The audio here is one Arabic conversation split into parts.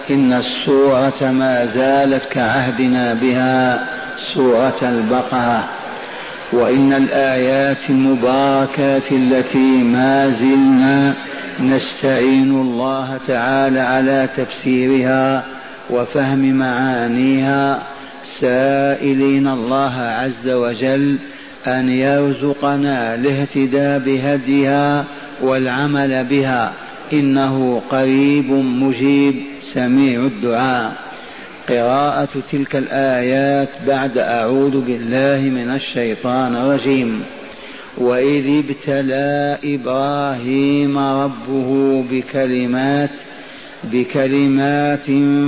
إن السورة ما زالت كعهدنا بها سورة البقرة، وإن الآيات المباركات التي ما زلنا نستعين الله تعالى على تفسيرها وفهم معانيها، سائلين الله عز وجل أن يرزقنا الاهتداء بهديها والعمل بها، إنه قريب مجيب سميع الدعاء. قراءة تلك الآيات بعد أعوذ بالله من الشيطان الرجيم. وإذ ابتلى إبراهيم ربه بكلمات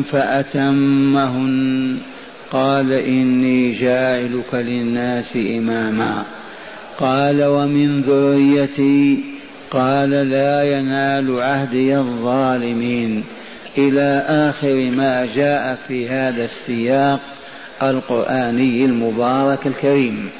فأتمهن قال إني جاعلك للناس إماما قال ومن ذريتي قال لا ينال عهدي الظالمين، إلى آخر ما جاء في هذا السياق القرآني المبارك الكريم.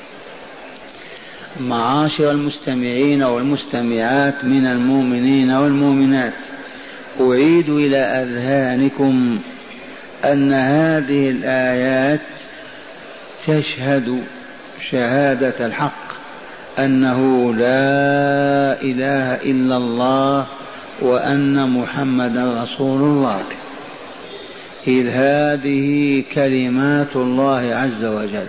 معاشر المستمعين والمستمعات من المؤمنين والمؤمنات، أعيد إلى أذهانكم أن هذه الآيات تشهد شهادة الحق أنه لا إله إلا الله وأن محمدا رسول الله، إذ هذه كلمات الله عز وجل.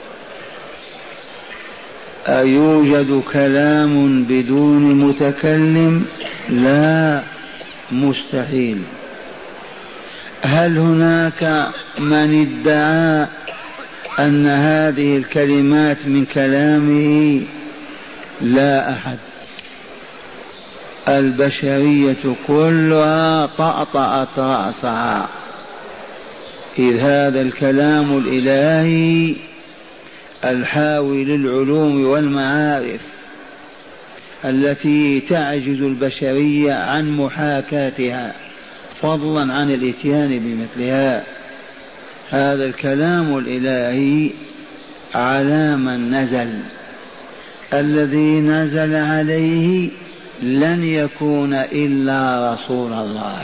أيوجد كلام بدون متكلم؟ لا، مستحيل. هل هناك من ادعى أن هذه الكلمات من كلامه؟ لا أحد. البشرية كلها طأطأت رأسها، إذ هذا الكلام الإلهي الحاوي للعلوم والمعارف التي تعجز البشرية عن محاكاتها فضلا عن الاتيان بمثلها. هذا الكلام الإلهي على من نزل، الذي نزل عليه لن يكون إلا رسول الله.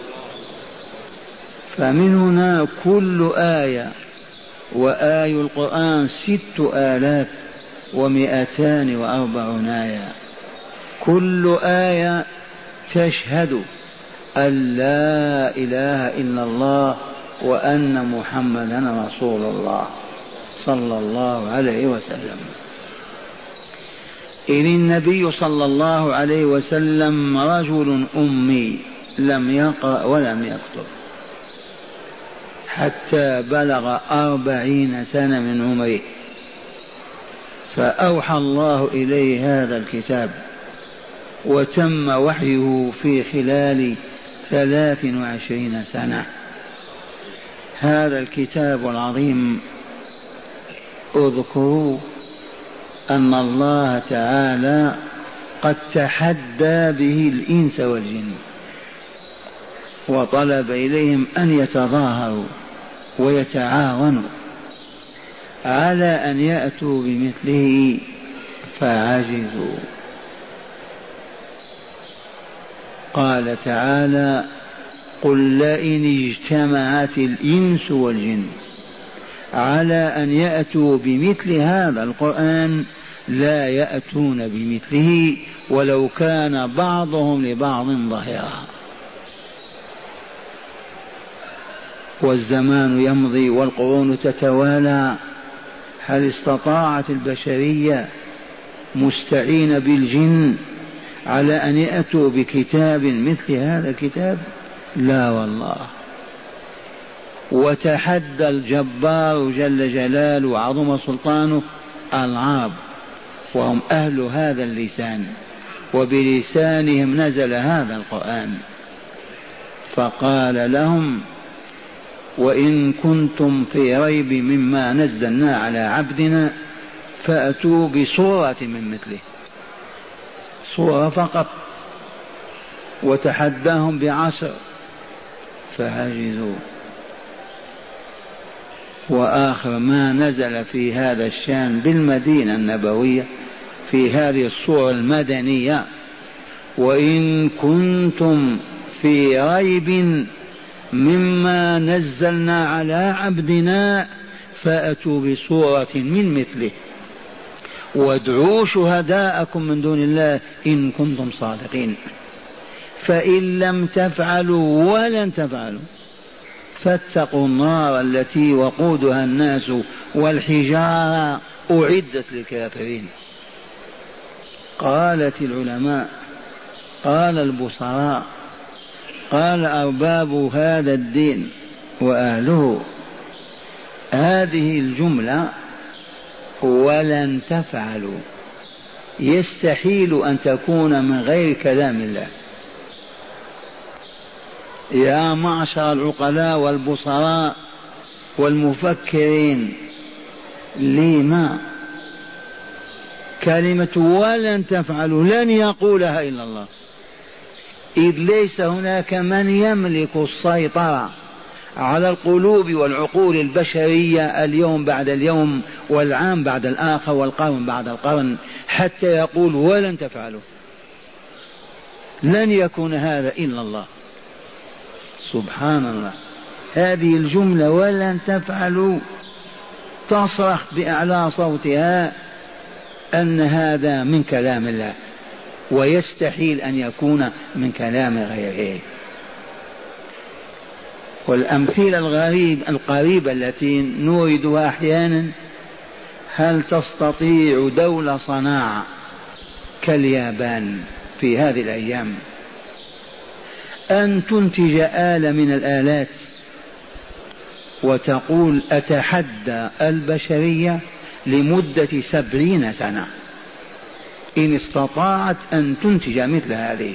فمن هنا كل آية، وآي القرآن 6240 آية، كل آية تشهد أن لا إله إلا الله وأن محمدا رسول الله صلى الله عليه وسلم. إذ النبي صلى الله عليه وسلم رجل أمي لم يقرأ ولم يكتب حتى بلغ 40 سنة من عمره، فأوحى الله إليه هذا الكتاب، وتم وحيه في خلال 23 سنة. هذا الكتاب العظيم اذكروا أن الله تعالى قد تحدى به الإنس والجن، وطلب إليهم أن يتظاهروا ويتعاونوا على أن يأتوا بمثله فعجزوا. قال تعالى قل لئن اجتمعت الإنس والجن على أن يأتوا بمثل هذا القرآن لا يأتون بمثله ولو كان بعضهم لبعض ظهيرا. والزمان يمضي والقرون تتوالى، هل استطاعت البشرية مستعين بالجن على أن يأتوا بكتاب مثل هذا الكتاب؟ لا والله. وتحدى الجبار جل جلاله وعظم سلطانه العرب، وهم أهل هذا اللسان، وبلسانهم نزل هذا القرآن، فقال لهم وإن كنتم في ريب مما نزلنا على عبدنا فأتوا بصورة من مثله، صورة فقط، وتحداهم بعشر فعجزوا. وآخر ما نزل في هذا الشان بالمدينة النبوية في هذه الصورة المدنية وإن كنتم في ريب مما نزلنا على عبدنا فأتوا بسورة من مثله وادعوا شهداءكم من دون الله إن كنتم صادقين. فإن لم تفعلوا ولن تفعلوا فاتقوا النار التي وقودها الناس والحجارة أعدت للكافرين. قالت العلماء، قال البصراء، قال أرباب هذا الدين وأهله، هذه الجملة ولن تفعلوا يستحيل أن تكون من غير كلام الله. يا معشر العقلاء والبصراء والمفكرين، لما كلمة ولن تفعلوا لن يقولها إلا الله، إذ ليس هناك من يملك السيطرة على القلوب والعقول البشرية اليوم بعد اليوم والعام بعد الآخر والقرن بعد القرن حتى يقول ولن تفعلوا. لن يكون هذا إلا الله. سبحان الله. هذه الجملة ولن تفعلوا تصرخ بأعلى صوتها أن هذا من كلام الله ويستحيل أن يكون من كلام غيره. والأمثلة القريبة التي نوردها أحيانا، هل تستطيع دولة صناعة كاليابان في هذه الأيام أن تنتج آلة من الآلات وتقول أتحدى البشرية لمدة 70 سنة إن استطاعت أن تنتج مثل هذه؟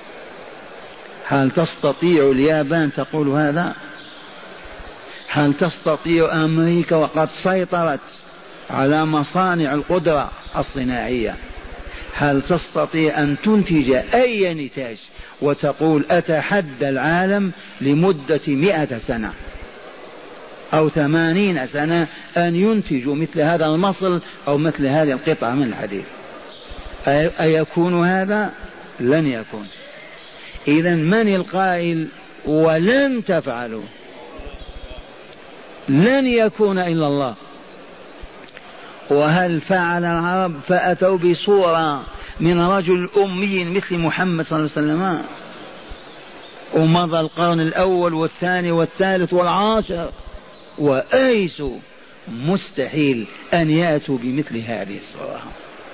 هل تستطيع اليابان تقول هذا؟ هل تستطيع أمريكا وقد سيطرت على مصانع القدرة الصناعية، هل تستطيع أن تنتج أي نتاج وتقول أتحدى العالم لمدة 100 سنة أو 80 سنة أن ينتجوا مثل هذا المصل أو مثل هذه القطعة من الحديد؟ أيكون هذا؟ لن يكون. إذن من القائل ولن تفعلوا؟ لن يكون إلا الله. وهل فعل العرب فأتوا بصورة من رجل أمي مثل محمد صلى الله عليه وسلم، ومضى القرن الأول والثاني والثالث والعاشر وأيسوا؟ مستحيل أن يأتوا بمثل هذه الصورة.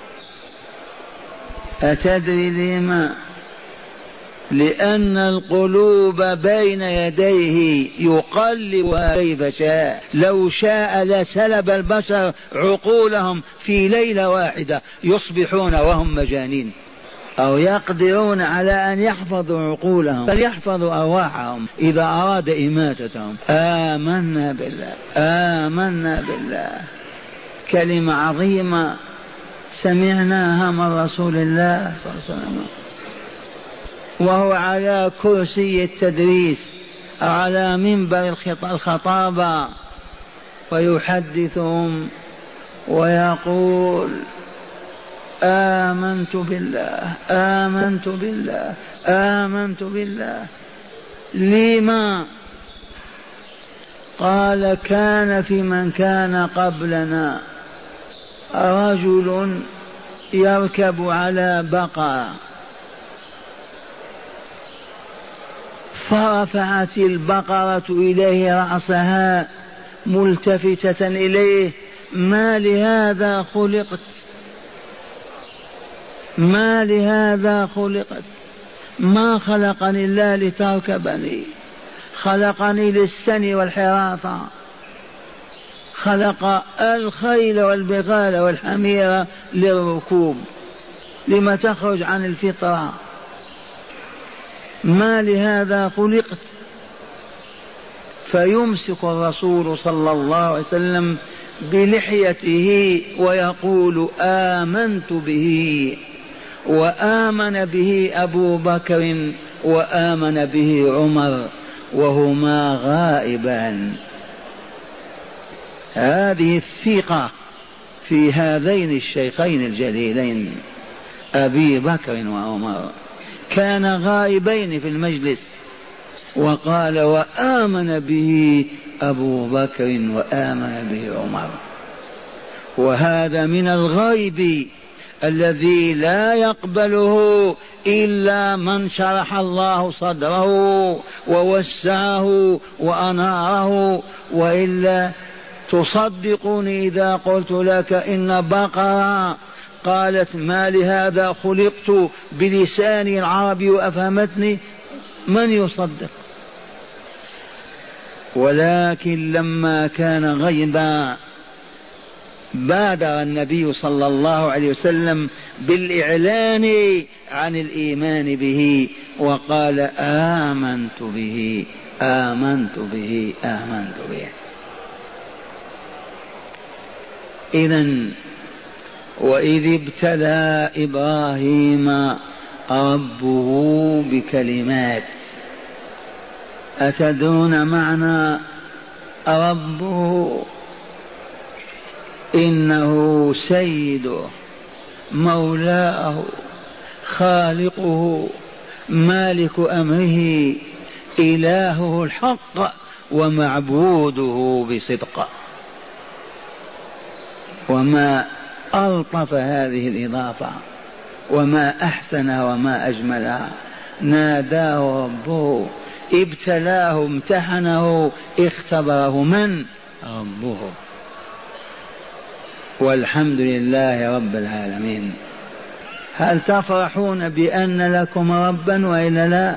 أتدري لما؟ لأن القلوب بين يديه يقلبها كيف شاء. لو شاء لسلب البشر عقولهم في ليلة واحدة يصبحون وهم مجانين، أو يقدرون على أن يحفظوا عقولهم فليحفظوا أرواحهم إذا أراد إماتتهم. آمنا بالله، آمنا بالله. كلمة عظيمة سمعناها من رسول الله صلى الله عليه وسلم وهو على كرسي التدريس على منبر الخطابة ويحدثهم ويقول آمنت بالله، آمنت بالله، آمنت بالله. لما؟ قال كان في من كان قبلنا رجل يركب على بقرة فرفعت البقرة إليه رأسها ملتفتة إليه: ما لهذا خلقت؟ ما لهذا خلقت؟ ما خلقني الله لتركبني، خلقني للسن والحراثة، خلق الخيل والبغال والحمير للركوب، لما تخرج عن الفطرة؟ ما لهذا خلقت؟ فيمسك الرسول صلى الله عليه وسلم بلحيته ويقول آمنت به، وآمن به أبو بكر وآمن به عمر وهما غائبان. هذه الثقة في هذين الشيخين الجليلين أبي بكر وعمر، كان غائبين في المجلس وقال وآمن به أبو بكر وآمن به عمر. وهذا من الغيب الذي لا يقبله إلا من شرح الله صدره ووسعه وأناره. وإلا تصدقني إذا قلت لك إن بقرة قالت ما لهذا خلقت بلساني العربي وأفهمتني؟ من يصدق؟ ولكن لما كان غيبا بادر النبي صلى الله عليه وسلم بالإعلان عن الإيمان به وقال آمنت به آمنت به آمنت به. إذن وإذ ابتلى إبراهيم ربه بكلمات. أتدرون معنى ربه؟ إنه سيده مولاه خالقه مالك أمره إلهه الحق ومعبوده بصدق. وما ألطف هذه الإضافة وما أحسنها وما أجملها. ناداه ربه، ابتلاه امتحنه اختبره. من؟ ربه. والحمد لله رب العالمين. هل تفرحون بأن لكم ربا وإلا لا؟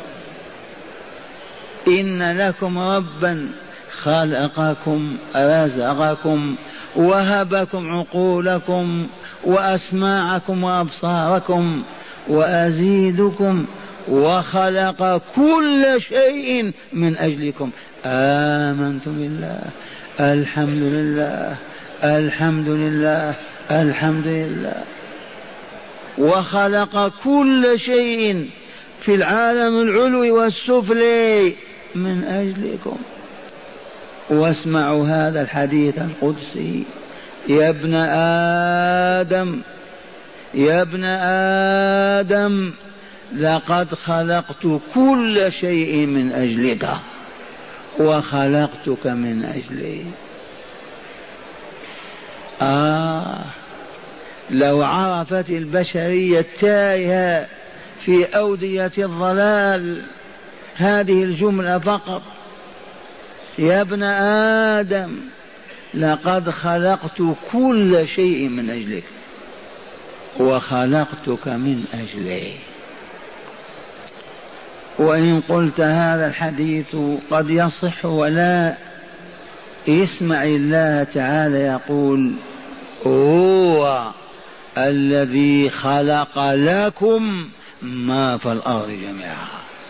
إن لكم ربا خلقكم رزقكم وهبكم عقولكم وأسماعكم وأبصاركم وأزيدكم وخلق كل شيء من أجلكم. آمنت بالله الحمد لله الحمد لله الحمد لله. وخلق كل شيء في العالم العلوي والسفلي من أجلكم. واسمعوا هذا الحديث القدسي: يا ابن آدم يا ابن آدم لقد خلقت كل شيء من أجلك وخلقتك من أجلي. لو عرفت البشرية التائهة في أودية الضلال هذه الجملة فقط: يا ابن آدم لقد خلقت كل شيء من أجلك وخلقتك من أجلي. وإن قلت هذا الحديث قد يصح ولا، اسمع الله تعالى يقول: هو الذي خلق لكم ما في الأرض جميعا.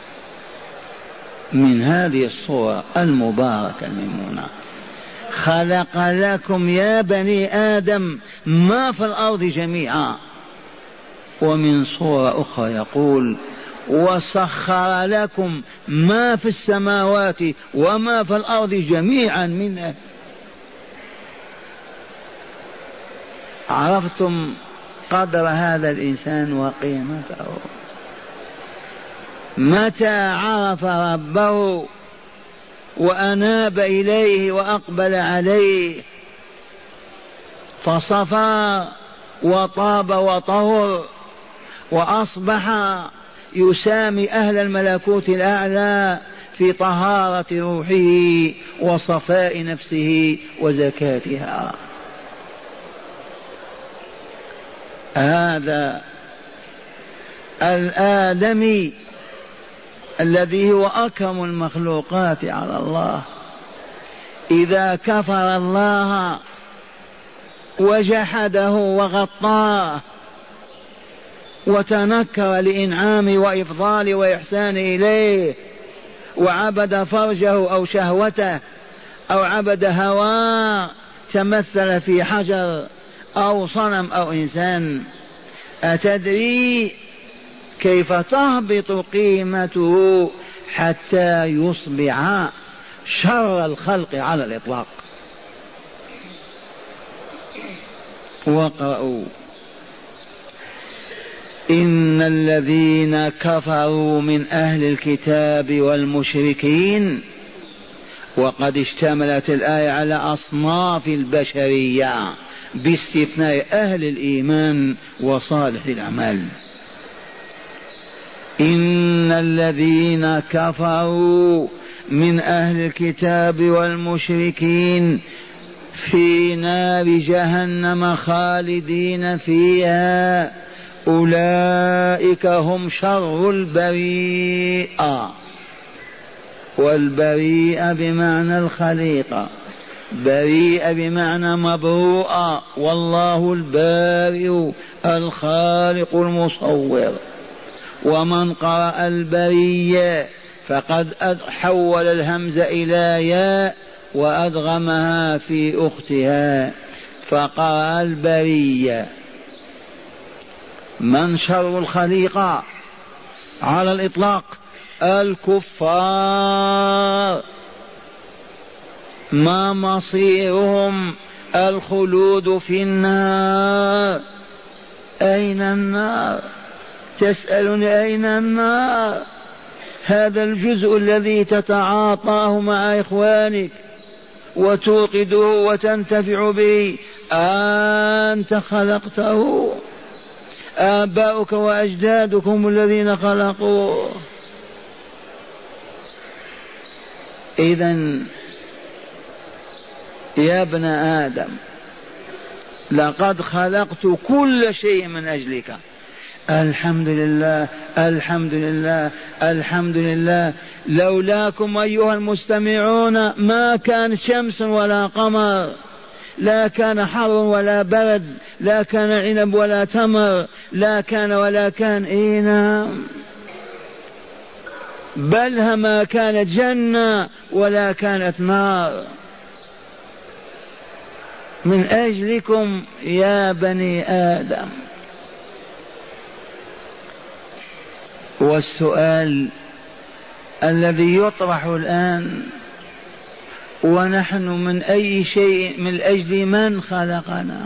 من هذه الصورة المباركة الميمونة: خلق لكم يا بني آدم ما في الأرض جميعا. ومن صورة أخرى يقول: وسخر لكم ما في السماوات وما في الأرض جميعا منه. عرفتم قدر هذا الإنسان وقيمته؟ متى عرف ربه وأناب إليه وأقبل عليه فصفى وطاب وطهر وأصبح يسامي أهل الملكوت الأعلى في طهارة روحه وصفاء نفسه وزكاتها. هذا الآدمي الذي هو أكرم المخلوقات على الله إذا كفر الله وجحده وغطاه وتنكر لإنعام وإفضال وإحسان إليه وعبد فرجه أو شهوته أو عبد هواه، تمثل في حجر أو صنم أو إنسان، أتدري كيف تهبط قيمته حتى يصبح شر الخلق على الإطلاق؟ إن الذين كفروا من أهل الكتاب والمشركين، وقد اشتملت الآية على أصناف البشرية باستثناء أهل الإيمان وصالح الأعمال. إن الذين كفروا من أهل الكتاب والمشركين في نار جهنم خالدين فيها أولئك هم شر البريئة. والبريئة بمعنى الخليقة، بريئة بمعنى مبروءة، والله البارئ الخالق المصور. ومن قرأ البرية فقد حول الهمزة إلى ياء وأدغمها في أختها فقرأ البرية. من شر الخليقة على الإطلاق؟ الكفار. ما مصيرهم؟ الخلود في النار. أين النار؟ تسألني أين النار؟ هذا الجزء الذي تتعاطاه مع إخوانك وتوقده وتنتفع به، أنت خلقته؟ آباؤك وأجدادكم الذين خلقوه. إذن يا ابن آدم لقد خلقت كل شيء من أجلك. الحمد لله الحمد لله الحمد لله. لولاكم أيها المستمعون ما كان شمس ولا قمر، لا كان حر ولا برد، لا كان عنب ولا تمر، لا كان ولا كان. نعم، بل ما كانت جنة ولا كانت نار. من أجلكم يا بني آدم. والسؤال الذي يطرح الآن، ونحن من أي شيء من أجل من خلقنا؟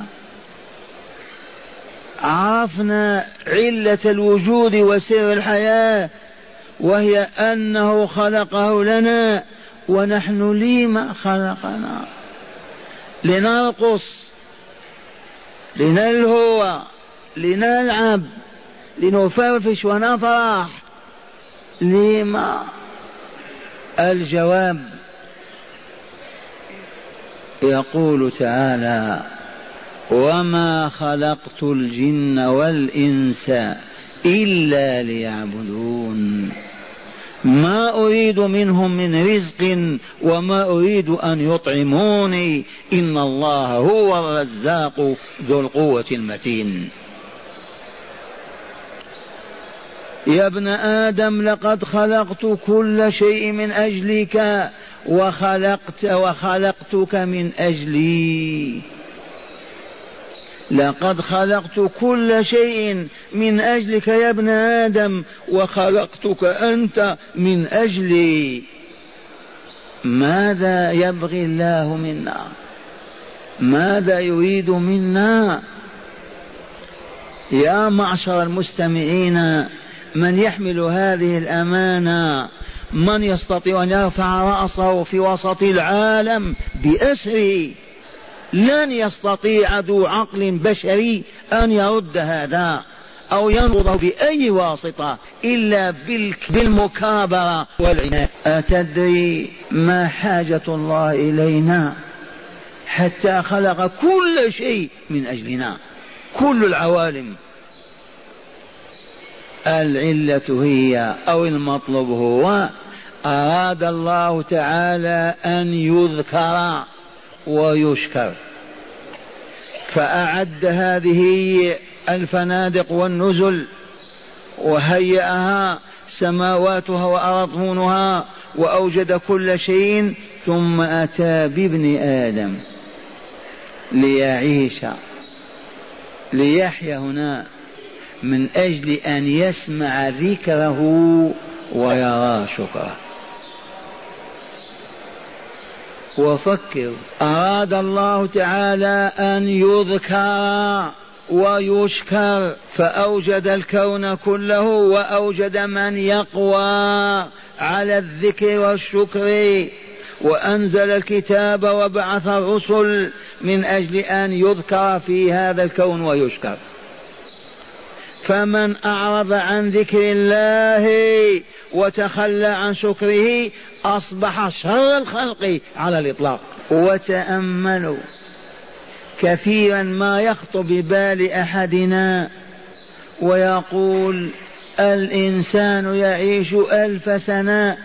عرفنا علة الوجود وسر الحياة، وهي أنه خلقه لنا، ونحن لما خلقنا؟ لنرقص، لنلهو، لنلعب، لنفرفش ونفرح. لما؟ الجواب يقول تعالى: وما خلقت الجن والإنس إلا ليعبدون ما أريد منهم من رزق وما أريد أن يطعموني إن الله هو الرزاق ذو القوة المتين. يا ابن آدم لقد خلقت كل شيء من أجلك وخلقتك من أجلي. لقد خلقت كل شيء من أجلك يا ابن آدم وخلقتك أنت من أجلي. ماذا يبغي الله منا؟ ماذا يريد منا؟ يا معشر المستمعين، من يحمل هذه الأمانة؟ من يستطيع أن يرفع رأسه في وسط العالم بأسره؟ لن يستطيع ذو عقل بشري أن يرد هذا أو ينظر بأي واسطة إلا بالمكابرة والعناد. أتدري ما حاجة الله إلينا حتى خلق كل شيء من أجلنا، كل العوالم؟ العلة هي أو المطلوب هو أراد الله تعالى أن يذكر ويشكر، فأعد هذه الفنادق والنزل وهيئها سماواتها وأرضونها وأوجد كل شيء، ثم أتى بابن آدم ليعيش ليحيا هنا من أجل أن يسمع ذكره ويرى شكره. وفكر، أراد الله تعالى أن يذكر ويشكر، فأوجد الكون كله وأوجد من يقوى على الذكر والشكر، وأنزل الكتاب وبعث الرسل من أجل أن يذكر في هذا الكون ويشكر. فمن أعرض عن ذكر الله وتخلى عن شكره أصبح شر الخلق على الإطلاق. وتأملوا كثيرا ما يخطر ببال أحدنا ويقول الإنسان يعيش 1000 سنة،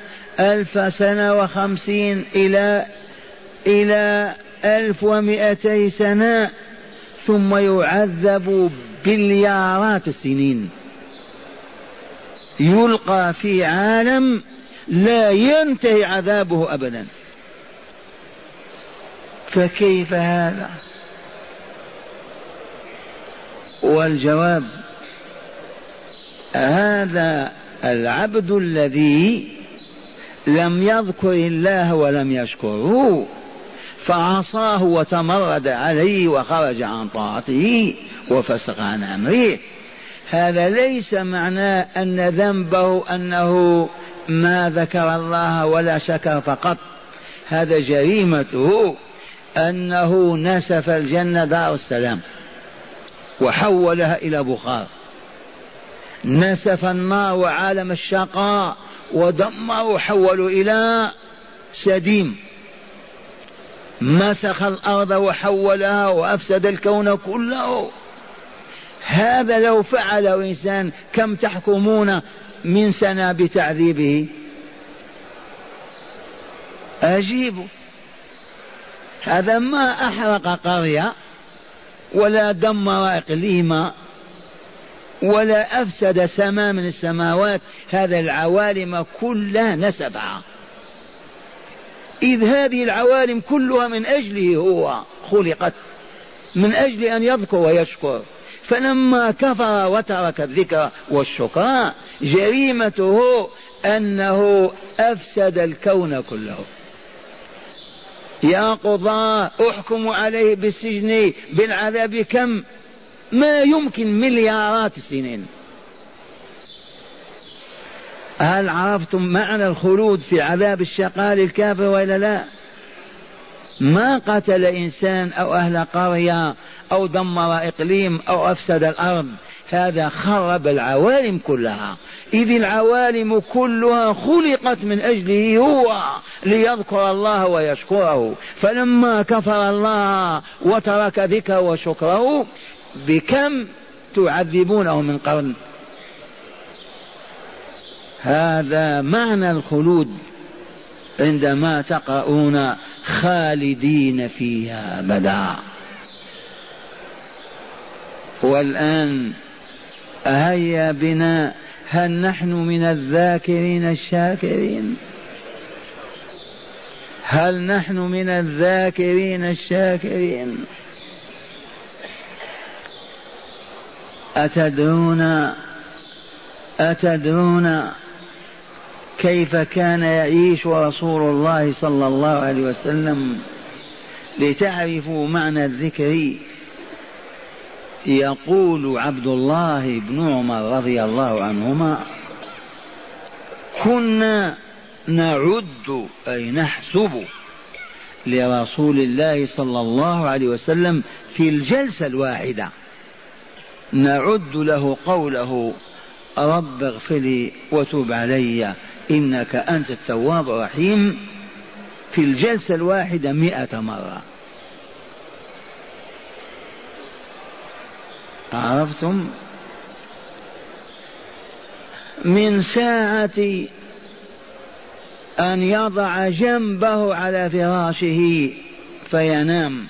1050 إلى 1200 سنة، ثم يعذب بليارات السنين، يلقى في عالم لا ينتهي عذابه أبدا. فكيف هذا؟ والجواب هذا العبد الذي لم يذكر الله ولم يشكره فعصاه وتمرد عليه وخرج عن طاعته وفسق عن أمره، هذا ليس معناه أن ذنبه أنه ما ذكر الله ولا شكر فقط، هذا جريمته أنه نسف الجنة دار السلام وحولها إلى بخار، نسف النار وعالم الشقاء ودمر وحولوا إلى سديم، مسخ الأرض وحولها وأفسد الكون كله. هذا لو فعله إنسان كم تحكمون من سنة بتعذيبه؟ أجيبوا، هذا ما أحرق قرية ولا دمر إقليما ولا أفسد سماء من السماوات، هذا العوالم كلها نسبها، إذ هذه العوالم كلها من أجله هو خلقت، من أجل أن يذكر ويشكر. فلما كفر وترك الذكر والشكر جريمته أنه أفسد الكون كله. يا قضاة احكم عليه بالسجن بالعذاب كم؟ ما يمكن مليارات السنين. هل عرفتم معنى الخلود في عذاب الشقاء للكافر ولا لا؟ ما قتل إنسان أو أهل قرية أو دمر إقليم أو أفسد الأرض، هذا خرب العوالم كلها، إذ العوالم كلها خلقت من أجله هو ليذكر الله ويشكره. فلما كفر الله وترك ذكره وشكره بكم تعذبونه من قرن؟ هذا معنى الخلود عندما تقرؤون خالدين فيها أبدا. والآن هيا بنا، هل نحن من الذاكرين الشاكرين؟ هل نحن من الذاكرين الشاكرين؟ أتدرون كيف كان يعيش رسول الله صلى الله عليه وسلم؟ لتعرفوا معنى الذكر، يقول عبد الله بن عمر رضي الله عنهما: كنا نعد أي نحسب لرسول الله صلى الله عليه وسلم في الجلسة الواحدة، نعد له قوله رب اغفر لي وتوب علي إنك أنت التواب الرحيم في الجلسة الواحدة 100 مرة. عرفتم؟ من ساعة أن يضع جنبه على فراشه فينام،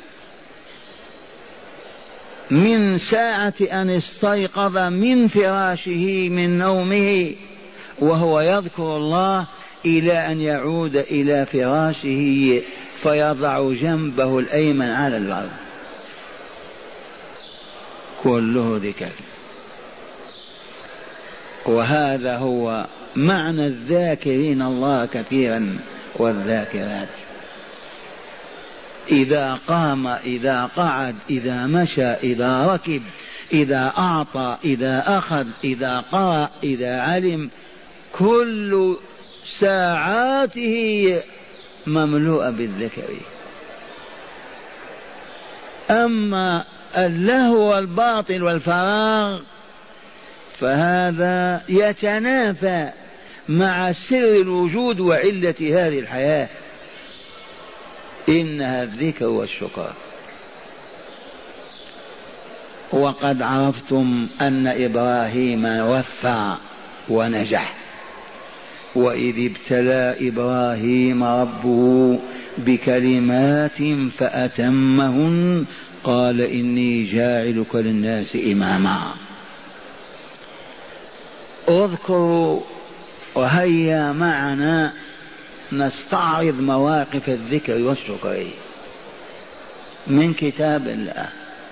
من ساعة أن استيقظ من فراشه من نومه وهو يذكر الله إلى أن يعود إلى فراشه فيضع جنبه الأيمن على الأرض، كله ذكر. وهذا هو معنى الذاكرين الله كثيرا والذاكرات. إذا قام، إذا قعد، إذا مشى، إذا ركب، إذا أعطى، إذا أخذ، إذا قرأ، إذا علم، كل ساعاته مملوءة بالذكر. أما اللهو والباطل والفراغ فهذا يتنافى مع سر الوجود وعلة هذه الحياة، إنها الذكر والشكر. وقد عرفتم أن إبراهيم وفى ونجح، وإذ ابتلى إبراهيم ربه بكلمات فأتمهن قال إني جاعلك للناس إماما. اذكروا وهيا معنا نستعرض مواقف الذكر والشكر من كتاب الله.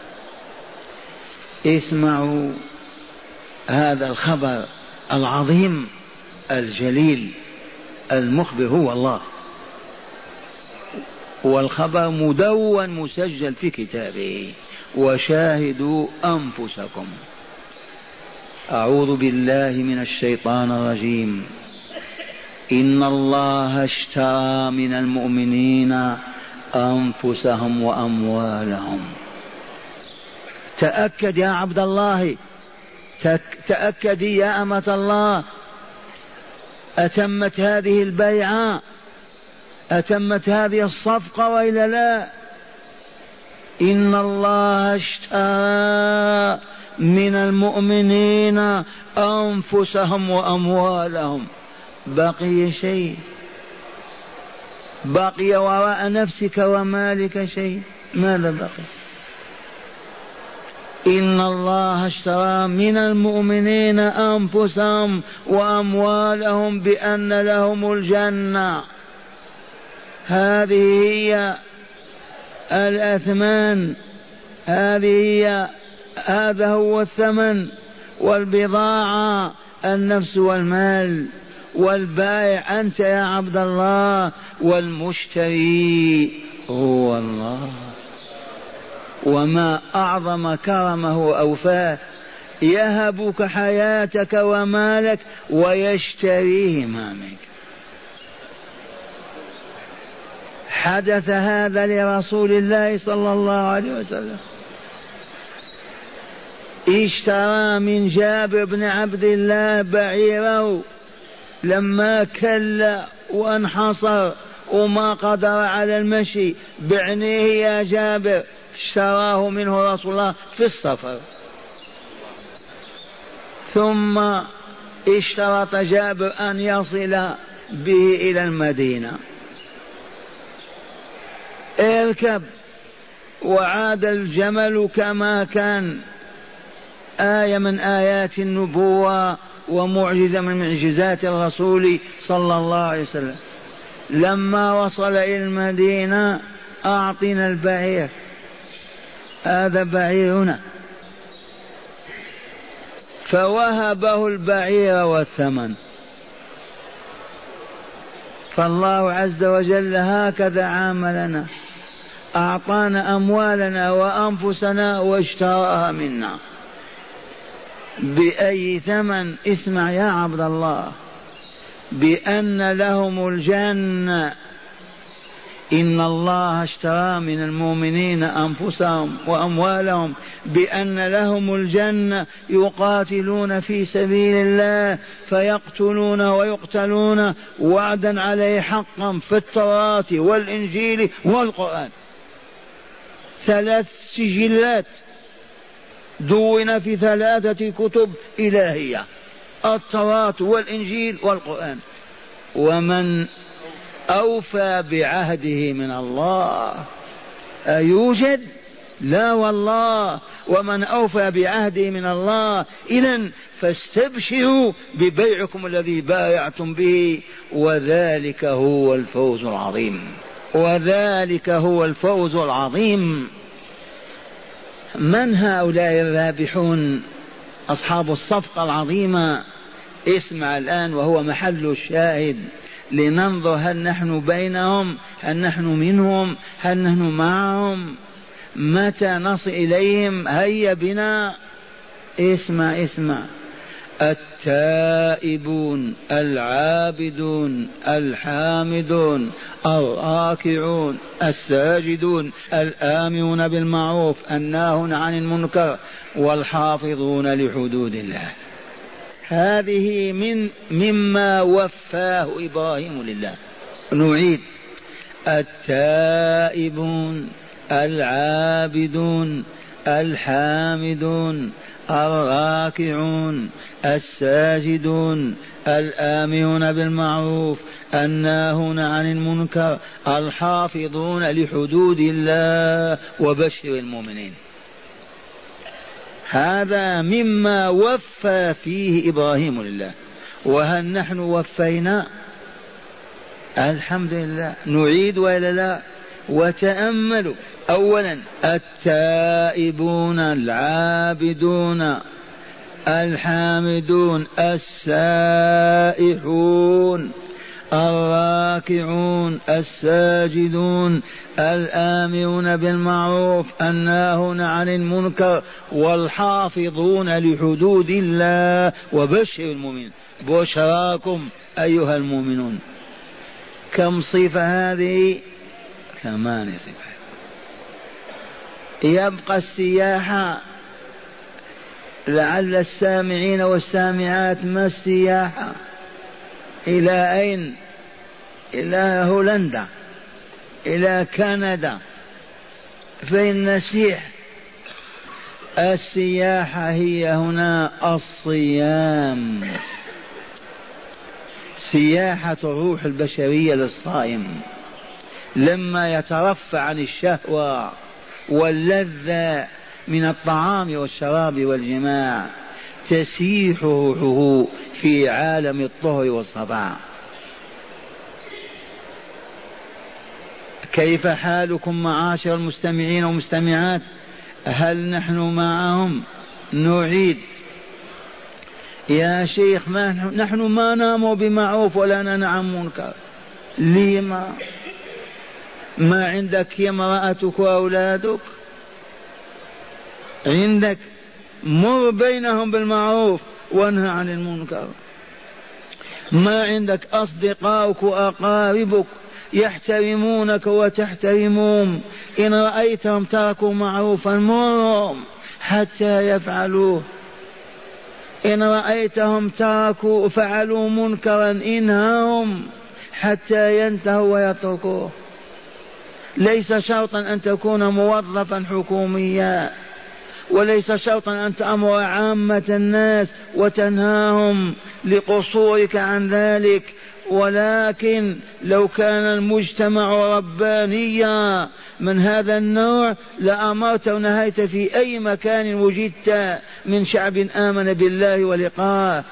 اسمعوا هذا الخبر العظيم الجليل. المخبر هو الله، والخبر مدون مسجل في كتابه. وشاهدوا أنفسكم. أعوذ بالله من الشيطان الرجيم. إن الله اشترى من المؤمنين أنفسهم وأموالهم. تأكد يا عبد الله، تأكدي يا أمة الله، أتمت هذه البيعة؟ أتمت هذه الصفقة وإلا لا؟ إن الله اشترى من المؤمنين أنفسهم وأموالهم. بقي شيء؟ بقي وراء نفسك ومالك شيء؟ ماذا بقي؟ إن الله اشترى من المؤمنين أنفسهم وأموالهم بأن لهم الجنة. هذه هي الأثمان، هذا هو الثمن والبضاعة، النفس والمال. والبائع أنت يا عبد الله، والمشتري هو الله. وما أعظم كرمه وأوفاه، يهبك حياتك ومالك ويشتريهما منك. حدث هذا لرسول الله صلى الله عليه وسلم. اشترى من جابر بن عبد الله بعيره لما كل وانحصر وما قدر على المشي. بعنيه يا جابر. اشتراه منه رسول الله في السفر. ثم اشترط جابر أن يصل به إلى المدينة. اركب. وعاد الجمل كما كان، آية من آيات النبوة ومعجزة من معجزات الرسول صلى الله عليه وسلم. لما وصل إلى المدينة أعطنا البعير، هذا بعيرنا. فوهبه البعير والثمن. فالله عز وجل هكذا عاملنا، أعطانا أموالنا وأنفسنا واشتراها منا. بأي ثمن؟ اسمع يا عبد الله. بأن لهم الجنة. إن الله اشترى من المؤمنين أنفسهم وأموالهم بأن لهم الجنة، يقاتلون في سبيل الله فيقتلون ويقتلون وعدا عليه حقا في التوراة والإنجيل والقرآن. 3 سجلات دون في 3 كتب إلهية، التوراة والإنجيل والقرآن. ومن أوفى بعهده من الله أيوجد؟ لا والله. ومن أوفى بعهده من الله. إذن فاستبشروا ببيعكم الذي بايعتم به، وذلك هو الفوز العظيم. وذلك هو الفوز العظيم. من هؤلاء الرابحون أصحاب الصفقة العظيمة؟ اسمع الآن وهو محل الشاهد. لننظر هل نحن بينهم، هل نحن منهم، هل نحن معهم. متى نصل إليهم؟ هيا بنا. اسمع التائبون العابدون الحامدون الراكعون الساجدون الآمرون بالمعروف الناهون عن المنكر والحافظون لحدود الله. هذه مما وفاه إبراهيم لله. نعيد: التائبون العابدون الحامدون الراكعون الساجدون الآمرون بالمعروف الناهون عن المنكر الحافظون لحدود الله وبشر المؤمنين. هذا مما وفى فيه إبراهيم لله. وهل نحن وفينا؟ الحمد لله. نعيد ولا لا؟ وتأملوا: أولا التائبون العابدون الحامدون السائحون الراكعون الساجدون الآمرون بالمعروف الناهون عن المنكر والحافظون لحدود الله وبشر المؤمنين. بشراكم أيها المؤمنون. كم صفة هذه؟ 8 صفات. يبقى السياحة. لعل السامعين والسامعات: ما السياحة؟ إلى أين؟ إلى هولندا، إلى كندا، فإن نسيح. السياحة هي هنا الصيام، سياحة الروح البشرية للصائم لما يترفع عن الشهوة واللذة من الطعام والشراب والجماع تسيح روحه في عالم الطهر والصفاء. كيف حالكم معاشر المستمعين والمستمعات؟ هل نحن معهم؟ نعيد: يا شيخ نحن ما نامر بمعروف ولا ننهى عن منكر. لما؟ ما عندك امرأتك وأولادك؟ عندك، مر بينهم بالمعروف وانهى عن المنكر. ما عندك أصدقاؤك وأقاربك يحترمونك وتحترمهم، إن رأيتهم تركوا معروفا مرهم حتى يفعلوه، إن رأيتهم تركوا فعلوا منكرا إنهاهم حتى ينتهوا ويتركوه. ليس شرطا أن تكون موظفا حكوميا، وليس شرطا أن تأمر عامة الناس وتنهاهم لقصورك عن ذلك، ولكن لو كان المجتمع ربانيا من هذا النوع لأمرت ونهيت في أي مكان وجدت من شعب آمن بالله ولقاه.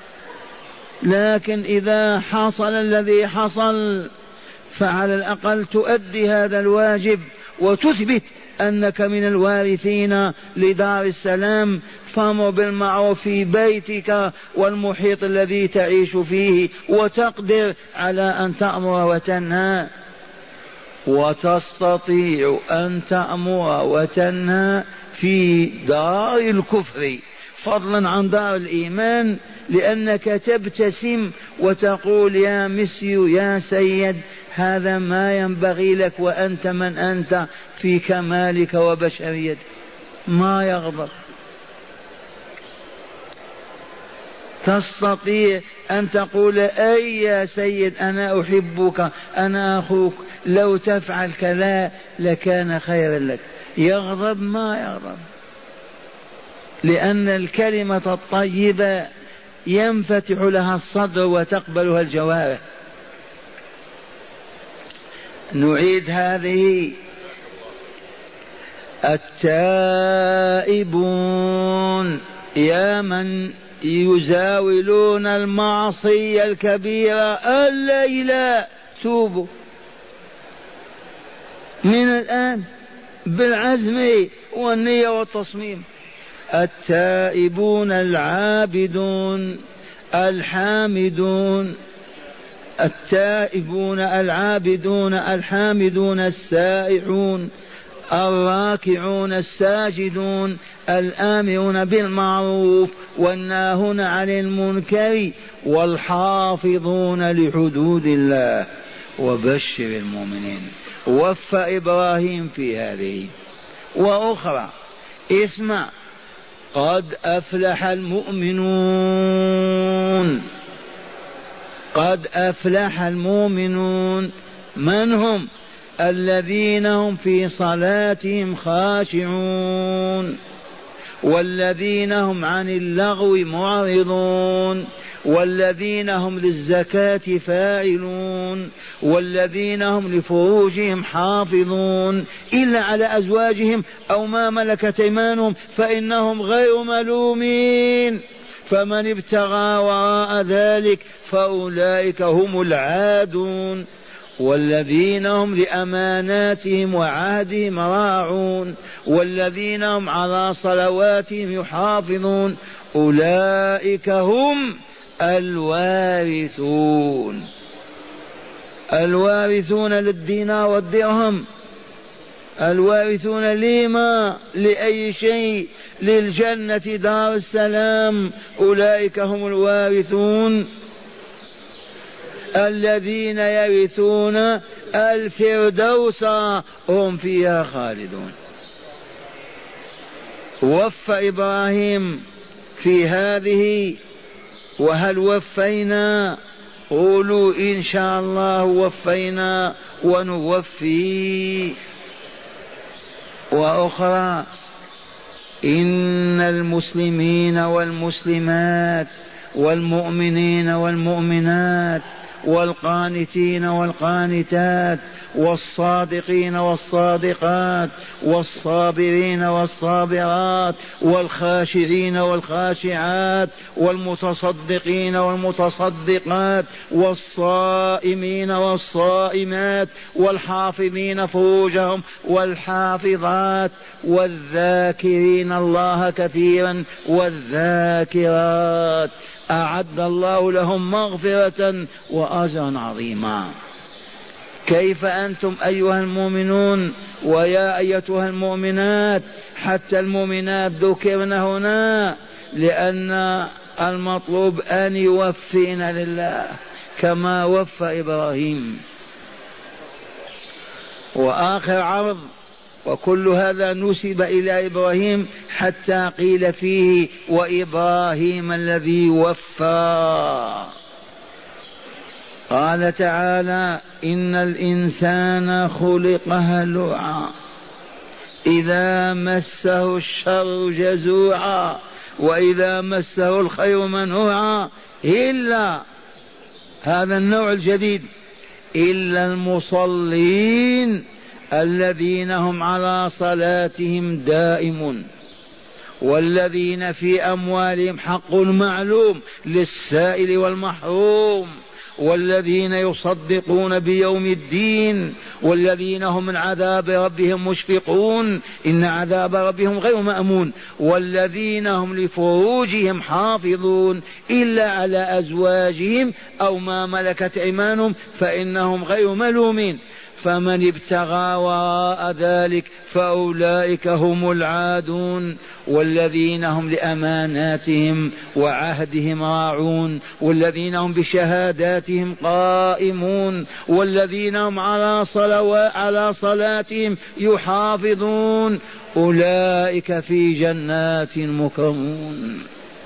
لكن إذا حصل الذي حصل فعلى الأقل تؤدي هذا الواجب وتثبت أنك من الوارثين لدار السلام، فامر بالمعروف في بيتك والمحيط الذي تعيش فيه، وتقدر على أن تأمر وتنهى. وتستطيع أن تأمر وتنهى في دار الكفر فضلا عن دار الإيمان، لأنك تبتسم وتقول: يا مسيو، يا سيد، هذا ما ينبغي لك، وأنت من أنت في كمالك وبشريتك. ما يغضب. تستطيع أن تقول: أي يا سيد، أنا أحبك، أنا أخوك، لو تفعل كذا لكان خيرا لك. يغضب؟ ما يغضب، لأن الكلمة الطيبة ينفتح لها الصدر وتقبلها الجوارح. نعيد هذه: التائبون يا من يزاولون المعصية الكبيرة الليلة، توبوا من الآن بالعزم والنية والتصميم. التائبون العابدون الحامدون التائبون العابدون الحامدون السائحون الراكعون الساجدون الآمرون بالمعروف والناهون عن المنكر والحافظون لحدود الله وبشر المؤمنين. وفى إبراهيم في هذه وأخرى. اسمع، قد أفلح المؤمنون. قد أفلح المؤمنون من هم؟ الذين هم في صلاتهم خاشعون، والذين هم عن اللغو معرضون، والذين هم للزكاة فاعلون، والذين هم لفروجهم حافظون إلا على أزواجهم أو ما ملكت أيمانهم فإنهم غير ملومين. فمن ابتغى وراء ذلك فأولئك هم العادون. والذين هم لأماناتهم وعهدهم راعون، والذين هم على صلواتهم يحافظون، أولئك هم الوارثون. الوارثون للدينار والدرهم، الوارثون لما؟ لأي شيء؟ للجنة دار السلام. أولئك هم الوارثون الذين يرثون الفردوس هم فيها خالدون. وفى إبراهيم في هذه. وهل وفينا؟ قولوا إن شاء الله وفينا ونوفي. وأخرى، إن المسلمين والمسلمات والمؤمنين والمؤمنات والقانتين والقانتات والصادقين والصادقات والصابرين والصابرات والخاشعين والخاشعات والمتصدقين والمتصدقات والصائمين والصائمات والحافظين فروجهم والحافظات والذاكرين الله كثيرا والذاكرات أعد الله لهم مغفرة وأجرا عظيما. كيف أنتم أيها المؤمنون ويا أيتها المؤمنات؟ حتى المؤمنات ذكرن هنا لأن المطلوب أن يوفين لله كما وفى إبراهيم. وآخر عرض، وكل هذا نسب إلى إبراهيم حتى قيل فيه وإبراهيم الذي وفى. قال تعالى: إن الإنسان خلق هلوعا إذا مسه الشر جزوعا وإذا مسه الخير منوعا إلا هذا النوع الجديد، إلا المصلين الذين هم على صلاتهم دائمون، والذين في أموالهم حق معلوم للسائل والمحروم، والذين يصدقون بيوم الدين، والذين هم من عذاب ربهم مشفقون إن عذاب ربهم غير مأمون، والذين هم لفروجهم حافظون إلا على أزواجهم أو ما ملكت أيمانهم فإنهم غير ملومين. فمن ابتغى وراء ذلك فأولئك هم العادون. والذين هم لأماناتهم وعهدهم راعون، والذين هم بشهاداتهم قائمون، والذين هم على صلاتهم يحافظون، أولئك في جنات مكرمون.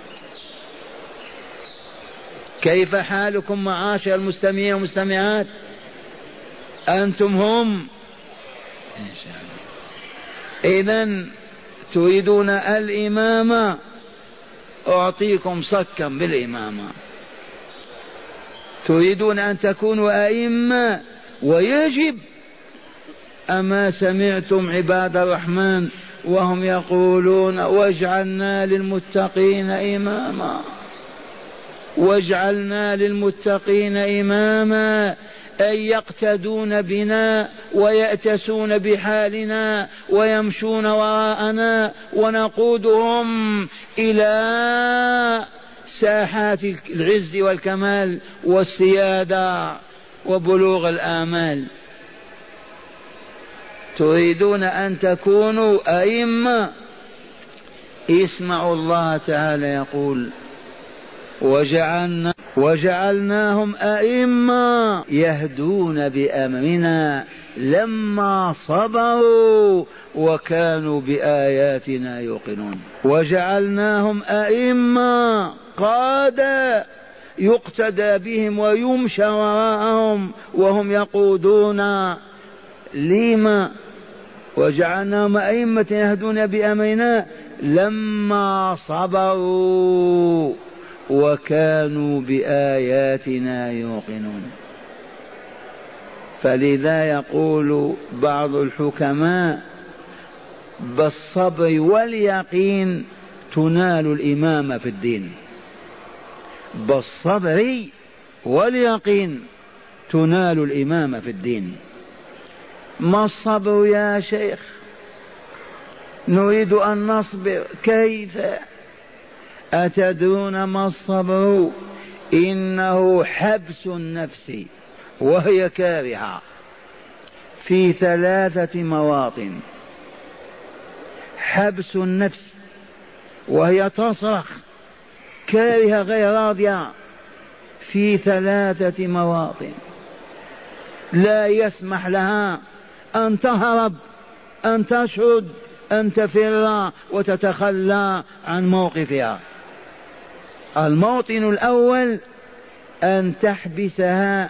كيف حالكم معاشر المستمعين والمستمعات؟ أنتم هم إن شاء الله. إذن تريدون الإمامة، أعطيكم صكا بالإمامة. تريدون أن تكونوا أئمة ويجب. أما سمعتم عباد الرحمن وهم يقولون واجعلنا للمتقين إماما، واجعلنا للمتقين إماما، أي يقتدون بنا ويأتسون بحالنا ويمشون وراءنا ونقودهم إلى ساحات العز والكمال والسيادة وبلوغ الآمال. تريدون أن تكونوا أئمة؟ اسمعوا الله تعالى يقول: وجعلناهم أئمة يهدون بأمرنا لما صبروا وكانوا بآياتنا يوقنون. وجعلناهم أئمة قادة يقتدى بهم ويمشى وراءهم وهم يقودون. لما وجعلناهم أئمة يهدون بأمرنا لما صبروا وكانوا بآياتنا يوقنون. فلذا يقول بعض الحكماء: بالصبر واليقين تنال الإمامة في الدين. بالصبر واليقين تنال الإمامة في الدين. ما الصبر يا شيخ؟ نريد أن نصبر، كيف؟ أتدرون ما الصبر؟ إنه حبس النفس وهي كارهة في 3 مواطن. حبس النفس وهي تصرخ كارهة غير راضية في 3 مواطن. لا يسمح لها أن تهرب، أن تشرد، أن تفر وتتخلى عن موقفها. الموطن الأول أن تحبسها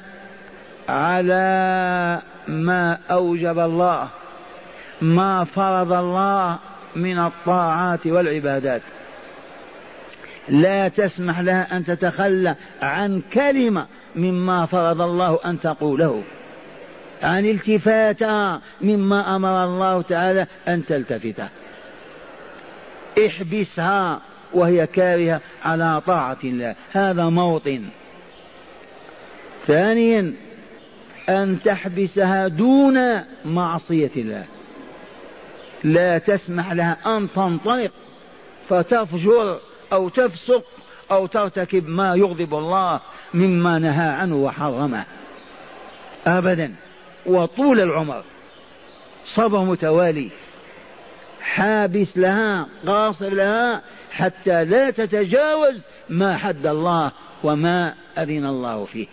على ما أوجب الله، ما فرض الله من الطاعات والعبادات. لا تسمح لها أن تتخلى عن كلمة مما فرض الله أن تقوله، عن التفات مما أمر الله تعالى أن تلتفت. احبسها وهي كارهة على طاعة الله، هذا موطن. ثانيا أن تحبسها دون معصية الله، لا تسمح لها أن تنطلق فتفجر أو تفسق أو ترتكب ما يغضب الله مما نهى عنه وحرمه أبدا. وطول العمر صبر متوالي، حابس لها، قاصر لها، حتى لا تتجاوز ما حد الله وما أذن الله فيه.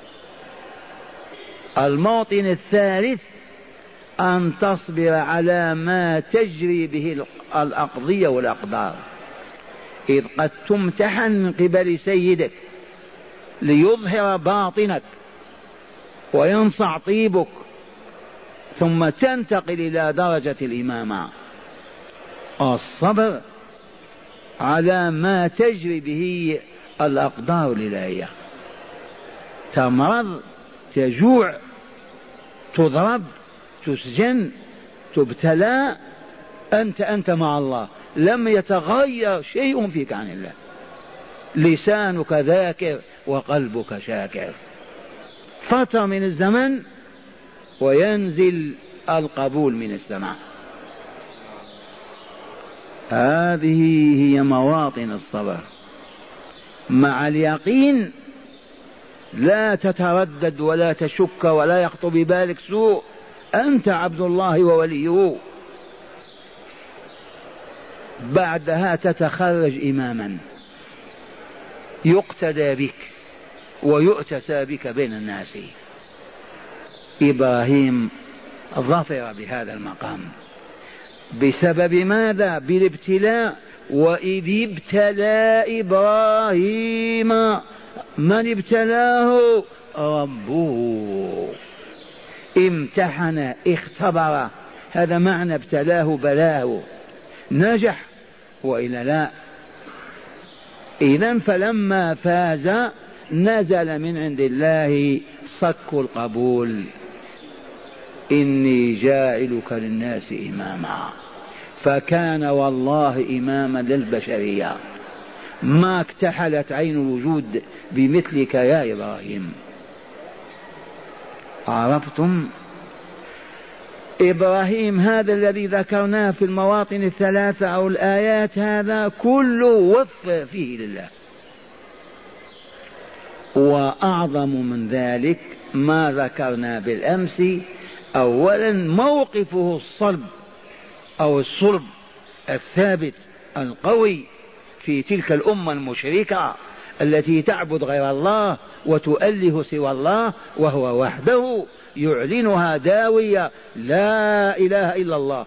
الموطن الثالث أن تصبر على ما تجري به الأقضية والأقدار. إذ قد تمتحن من قبل سيدك ليظهر باطنك وينصع طيبك، ثم تنتقل إلى درجة الإمامة. الصبر على ما تجري به الأقدار الإلهية. تمرض، تجوع، تضرب، تسجن، تبتلى، أنت مع الله، لم يتغير شيء فيك عن الله. لسانك ذاكر وقلبك شاكر. فترة من الزمن وينزل القبول من السماء. هذه هي مواطن الصبر. مع اليقين لا تتردد ولا تشك ولا يخطر ببالك سوء، أنت عبد الله ووليه. بعدها تتخرج إماما يقتدى بك ويؤتسى بك بين الناس. إبراهيم ظفر بهذا المقام بسبب ماذا؟ بالابتلاء. وإذ ابتلى إبراهيم، من ابتلاه؟ ربه. امتحن، اختبر، هذا معنى ابتلاه، بلاه، نجح وإلا لا. إذن فلما فاز نزل من عند الله صك القبول: إني جاعلك للناس إماما. فكان والله إماما للبشرية، ما اكتحلت عين الوجود بمثلك يا إبراهيم. عرفتم؟ إبراهيم هذا الذي ذكرناه في المواطن الثلاثة أو الآيات، هذا كله وفى فيه لله، وأعظم من ذلك ما ذكرنا بالأمس. أولا موقفه الصلب أو الصلب الثابت القوي في تلك الأمة المشركة التي تعبد غير الله وتؤله سوى الله، وهو وحده يعلنها داوية لا إله إلا الله.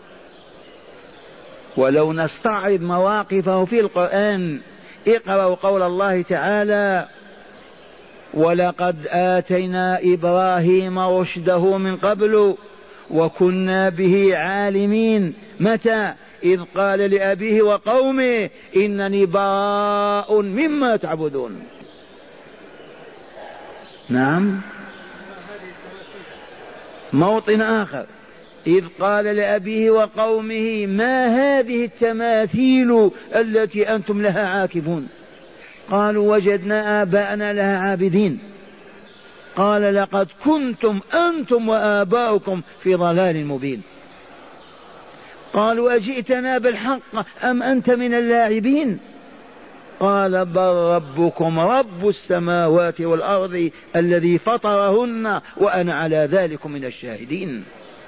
ولو نستعرض مواقفه في القرآن، اقرأوا قول الله تعالى: ولقد آتينا إبراهيم رشده من قبل وكنا به عالمين. متى؟ إذ قال لأبيه وقومه إنني براء مما تعبدون. نعم. موطن آخر: إذ قال لأبيه وقومه ما هذه التماثيل التي أنتم لها عاكفون؟ قالوا وجدنا آباءنا لها عابدين. قال لقد كنتم أنتم وآباؤكم في ضلال مبين. قالوا أجئتنا بالحق أم أنت من اللاعبين؟ قال بل ربكم رب السماوات والأرض الذي فطرهن وأنا على ذلك من الشاهدين.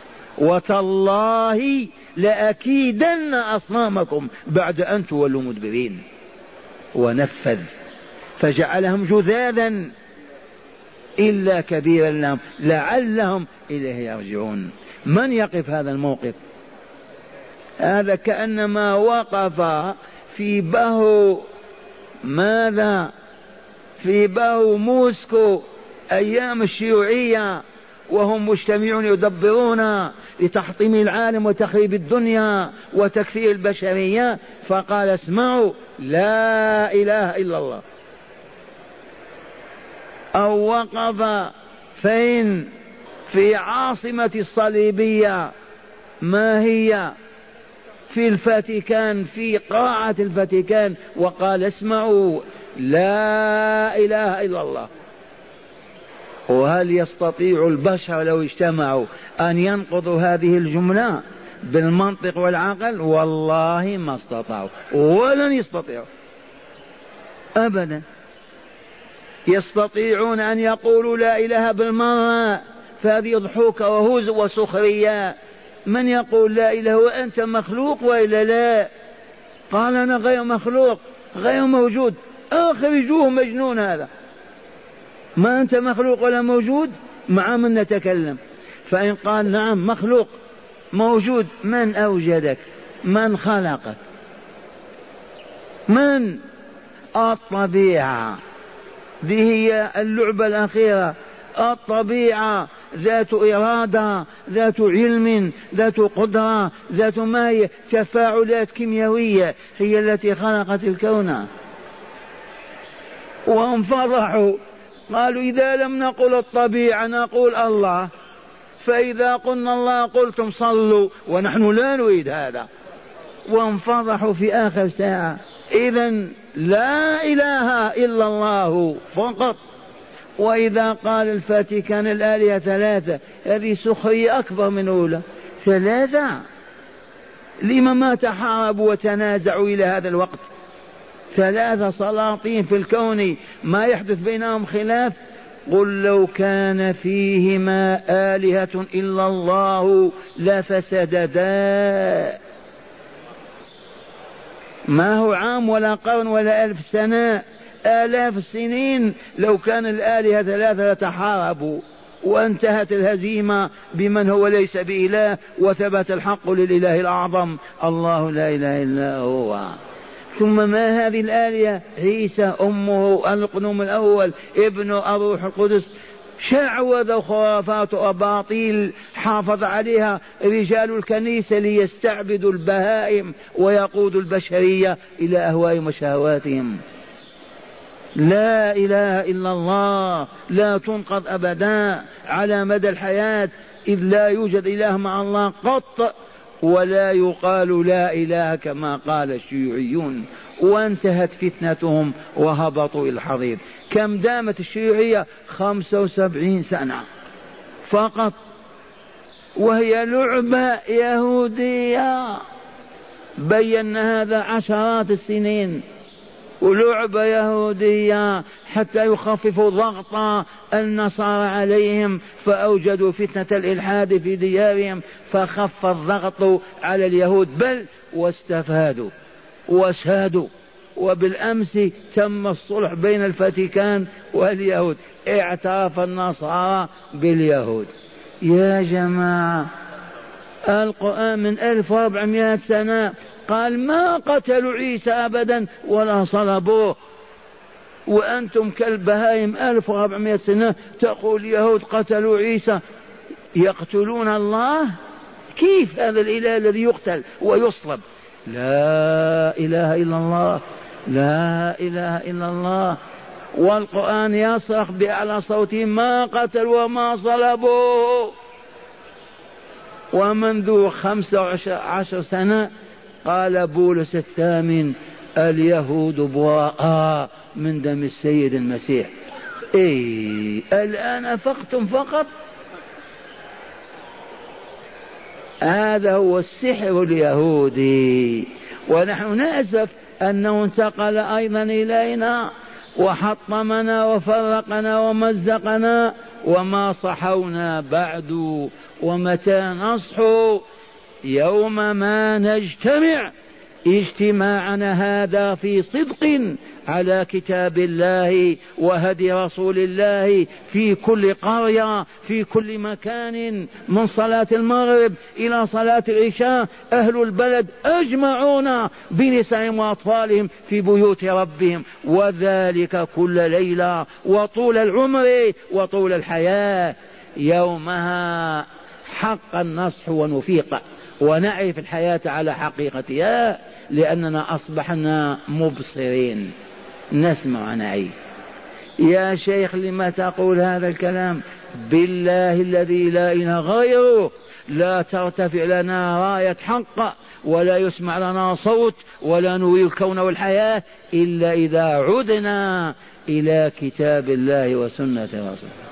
وتالله لأكيدن أصنامكم بعد أن تولوا مدبرين. ونفذ فجعلهم جذاذا إلا كبيرا لهم لعلهم إليه يرجعون. من يقف هذا الموقف؟ هذا كأنما وقف في بهو ماذا؟ في بهو موسكو أيام الشيوعية وهم مجتمعون يدبرون لتحطيم العالم وتخريب الدنيا وتكفير البشرية، فقال اسمعوا لا إله إلا الله. أو وقف فين؟ في عاصمة الصليبية، ما هي؟ في الفاتيكان، في قاعة الفاتيكان، وقال اسمعوا لا إله إلا الله. وهل يستطيع البشر لو اجتمعوا أن ينقضوا هذه الجملة بالمنطق والعقل؟ والله ما استطاعوا ولن يستطيعوا أبدا. يستطيعون أن يقولوا لا إله بالمرة، فهذه ضحوك وهزء وسخرية. من يقول لا إله وأنت مخلوق وإلا لا؟ قال أنا غير مخلوق غير موجود. أخرجوه مجنون هذا. ما أنت مخلوق ولا موجود، مع من نتكلم؟ فإن قال نعم مخلوق موجود، من أوجدك؟ من خلقك؟ من؟ الطبيعة. ذي هي اللعبة الأخيرة. الطبيعة ذات إرادة، ذات علم، ذات قدرة، ذات ما هي تفاعلات كيميائية، هي التي خلقت الكون. وهم فرحوا قالوا إذا لم نقل الطبيعة نقول الله، فإذا قلنا الله قلتم صلوا، ونحن لا نريد هذا. وانفضحوا في آخر ساعة. إذن لا إله إلا الله فقط. وإذا قال الفاتيكان الآلهة ثلاثة، هذه سخرية أكبر من أولى. ثلاثة؟ لما ما تحاربوا وتنازعوا إلى هذا الوقت؟ ثلاثة سلاطين في الكون ما يحدث بينهم خلاف. قل لو كان فيهما آلهة إلا الله لفسدتا. ما هو عام ولا قرن ولا 1000 سنة، آلاف السنين. لو كان الآلهة ثلاثة لتحاربوا وانتهت الهزيمة بمن هو ليس بإله، وثبت الحق للإله الأعظم الله لا إله إلا هو. ثم ما هذه الآلهة؟ عيسى أمه القنوم الأول ابن الروح القدس. شعوذة وخرافات وأباطيل حافظ عليها رجال الكنيسة ليستعبدوا البهائم ويقودوا البشرية إلى أهوائهم وشهواتهم. لا إله إلا الله لا تنقض أبدا على مدى الحياة، إذ لا يوجد إله مع الله قط، ولا يقال لا إله كما قال الشيوعيون. وانتهت فتنتهم وهبطوا إلى الحضيض. كم دامت الشيوعية؟ 75 سنة فقط، وهي لعبة يهودية. بينا هذا عشرات السنين. ولعبة يهودية حتى يخففوا ضغط النصارى عليهم، فأوجدوا فتنة الإلحاد في ديارهم فخف الضغط على اليهود، بل واستفادوا وسادوا. وبالأمس تم الصلح بين الفاتيكان واليهود، اعترف النصارى باليهود. يا جماعة القرآن من 1400 سنة قال ما قتلوا عيسى أبدا ولا صلبوه، وأنتم كالبهائم 1400 سنة تقول اليهود قتلوا عيسى. يقتلون الله؟ كيف هذا الإله الذي يقتل ويصلب؟ لا إله إلا الله، لا إله إلا الله. والقرآن يصرخ بأعلى صوته ما قتلوا وما صلبوا. ومنذ 15 سنة قال بولس الثامن اليهود براء من دم السيد المسيح. الآن أفقتم فقط. هذا هو السحر اليهودي، ونحن نأسف أنه انتقل أيضا إلينا وحطمنا وفرقنا ومزقنا وما صحونا بعد. ومتى نصحو؟ يوم ما نجتمع اجتماعنا هذا في صدق على كتاب الله وهدي رسول الله، في كل قرية في كل مكان، من صلاة المغرب إلى صلاة العشاء أهل البلد أجمعون بنسائهم وأطفالهم في بيوت ربهم، وذلك كل ليلة وطول العمر وطول الحياة. يومها حق النصح ونفيق ونعرف الحياة على حقيقتها، لأننا أصبحنا مبصرين نسمع ونعي. يا شيخ لما تقول هذا الكلام؟ بالله الذي لا إله غيره لا ترتفع لنا راية حق ولا يسمع لنا صوت ولا نري الكون والحياة إلا إذا عدنا إلى كتاب الله وسنة رسوله.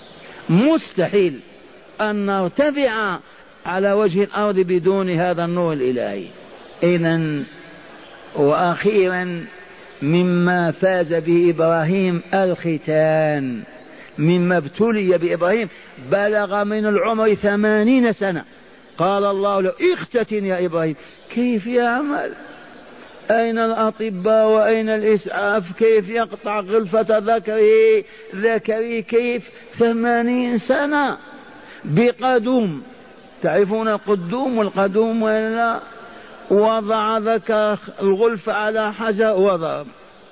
مستحيل أن نرتفع على وجه الأرض بدون هذا النور الإلهي. إذن وأخيرا مما فاز به إبراهيم الختان، مما ابتلي بإبراهيم بلغ من العمر 80 سنة. قال الله له اختتن يا إبراهيم. كيف يعمل؟ أين الأطباء وأين الإسعاف؟ كيف يقطع غلفة ذكره؟ كيف 80 سنة بقدوم؟ تعرفون القدوم والقدوم ولا؟ وضع ذكر الغلفة على حجر وضرب.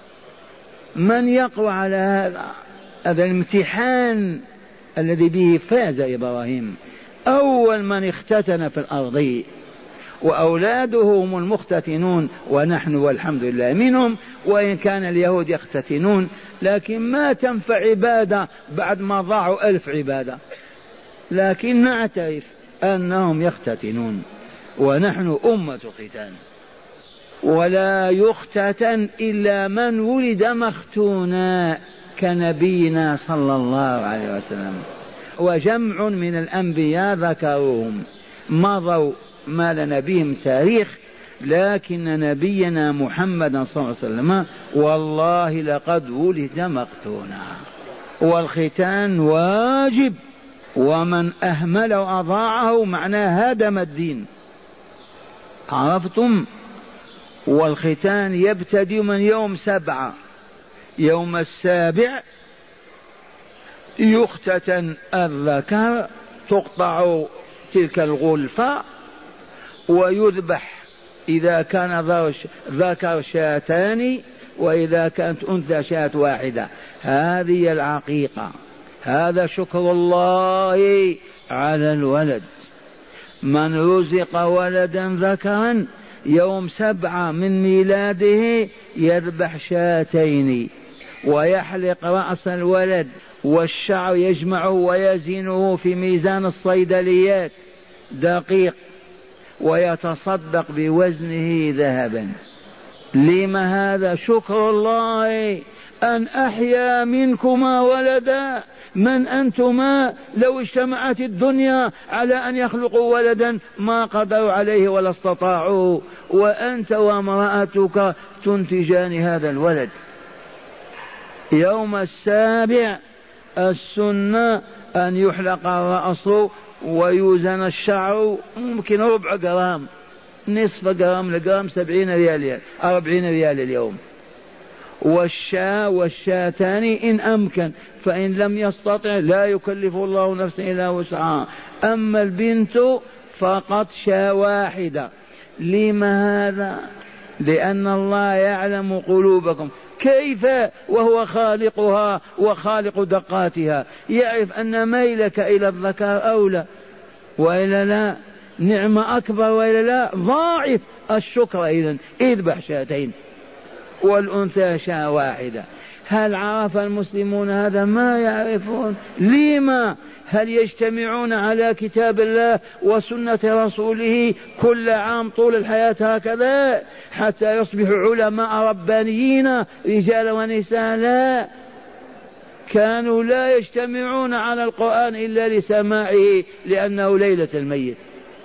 من يقوى على هذا؟ هذا الامتحان الذي به فاز إبراهيم، أول من اختتن في الأرض، وأولاده هم المختتنون ونحن والحمد لله منهم، وإن كان اليهود يختتنون لكن ما تنفع عبادة بعد ما ضاعوا 1000 عبادة، لكن نعترف أنهم يختتنون ونحن أمة ختان. ولا يختتن إلا من ولد مختونا كنبينا صلى الله عليه وسلم. وجمع من الأنبياء ذكروهم مضوا ما لنبيهم تاريخ، لكن نبينا محمد صلى الله عليه وسلم والله لقد ولد مختونا. والختان واجب، ومن أهمل وأضاعه معناه هدم الدين. عرفتم؟ والختان يبتدئ من يوم 7، يوم 7 يختتن الذكر، تقطع تلك الغلفة ويذبح إذا كان ذكر شاتان، وإذا كانت أنثى شاة واحدة. هذه العقيقة، هذا شكر الله على الولد. من رزق ولدا ذكرا يوم 7 من ميلاده يذبح شاتين ويحلق رأس الولد والشعر يجمعه ويزنه في ميزان الصيدليات دقيق ويتصدق بوزنه ذهبا. لما هذا؟ شكر الله أن أحيا منكما ولدا. من أنتما؟ لو اجتمعت الدنيا على أن يخلقوا ولدا ما قدروا عليه ولا استطاعوا، وأنت وامرأتك تنتجان هذا الولد. يوم السابع السنة أن يحلق الرأس ويوزن الشعر، ممكن ربع جرام، نصف جرام لجرام، 70 ريال 40 ريال اليوم. والشاتان إن أمكن، فإن لم يستطع لا يكلف الله نفسا إلا وسعها. أما البنت فقط شاة واحدة. لما هذا؟ لأن الله يعلم قلوبكم. كيف وهو خالقها وخالق دقاتها؟ يعرف أن ميلك إلى الذكر أولى وإلا لا؟ نعمة أكبر وإلا لا؟ ضاعف الشكر. إذن اذبح شاتين والأنثى شاة واحدة. هل عرف المسلمون هذا؟ ما يعرفون. لما؟ هل يجتمعون على كتاب الله وسنة رسوله كل عام طول الحياة هكذا حتى يصبحوا علماء ربانيين رجال ونساء؟ لا، كانوا لا يجتمعون على القرآن إلا لسماعه لأنه ليلة الميت.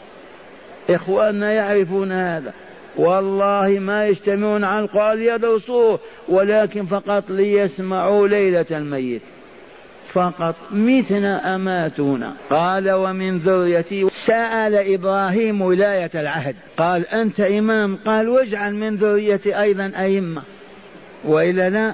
إخواننا يعرفون هذا. والله ما يجتمعون على القرآن ليدرسوه، ولكن فقط ليسمعوا ليلة الميت فقط. متنا أماتونا. قال ومن ذريتي. سأل إبراهيم ولاية العهد، قال أنت إمام، قال واجعل من ذريتي أيضا أئمة وإلا لا؟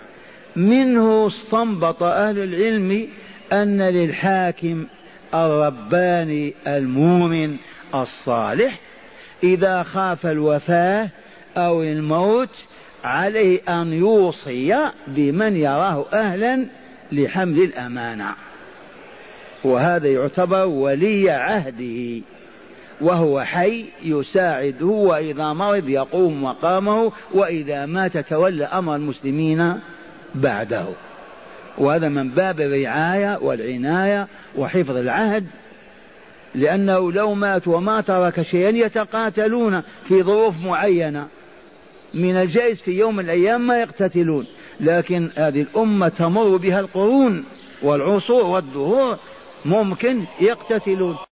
منه استنبط أهل العلم أن للحاكم الرباني المؤمن الصالح إذا خاف الوفاة أو الموت عليه أن يوصي بمن يراه أهلا لحمل الأمانة، وهذا يعتبر ولي عهده وهو حي، يساعده، وإذا مرض يقوم مقامه، وإذا مات تولى أمر المسلمين بعده. وهذا من باب الرعاية والعناية وحفظ العهد، لأنه لو مات وما ترك شيئا يتقاتلون في ظروف معينة، من الجائز في يوم من الأيام ما يقتتلون، لكن هذه الأمة تمر بها القرون والعصور والدهور ممكن يقتتلون.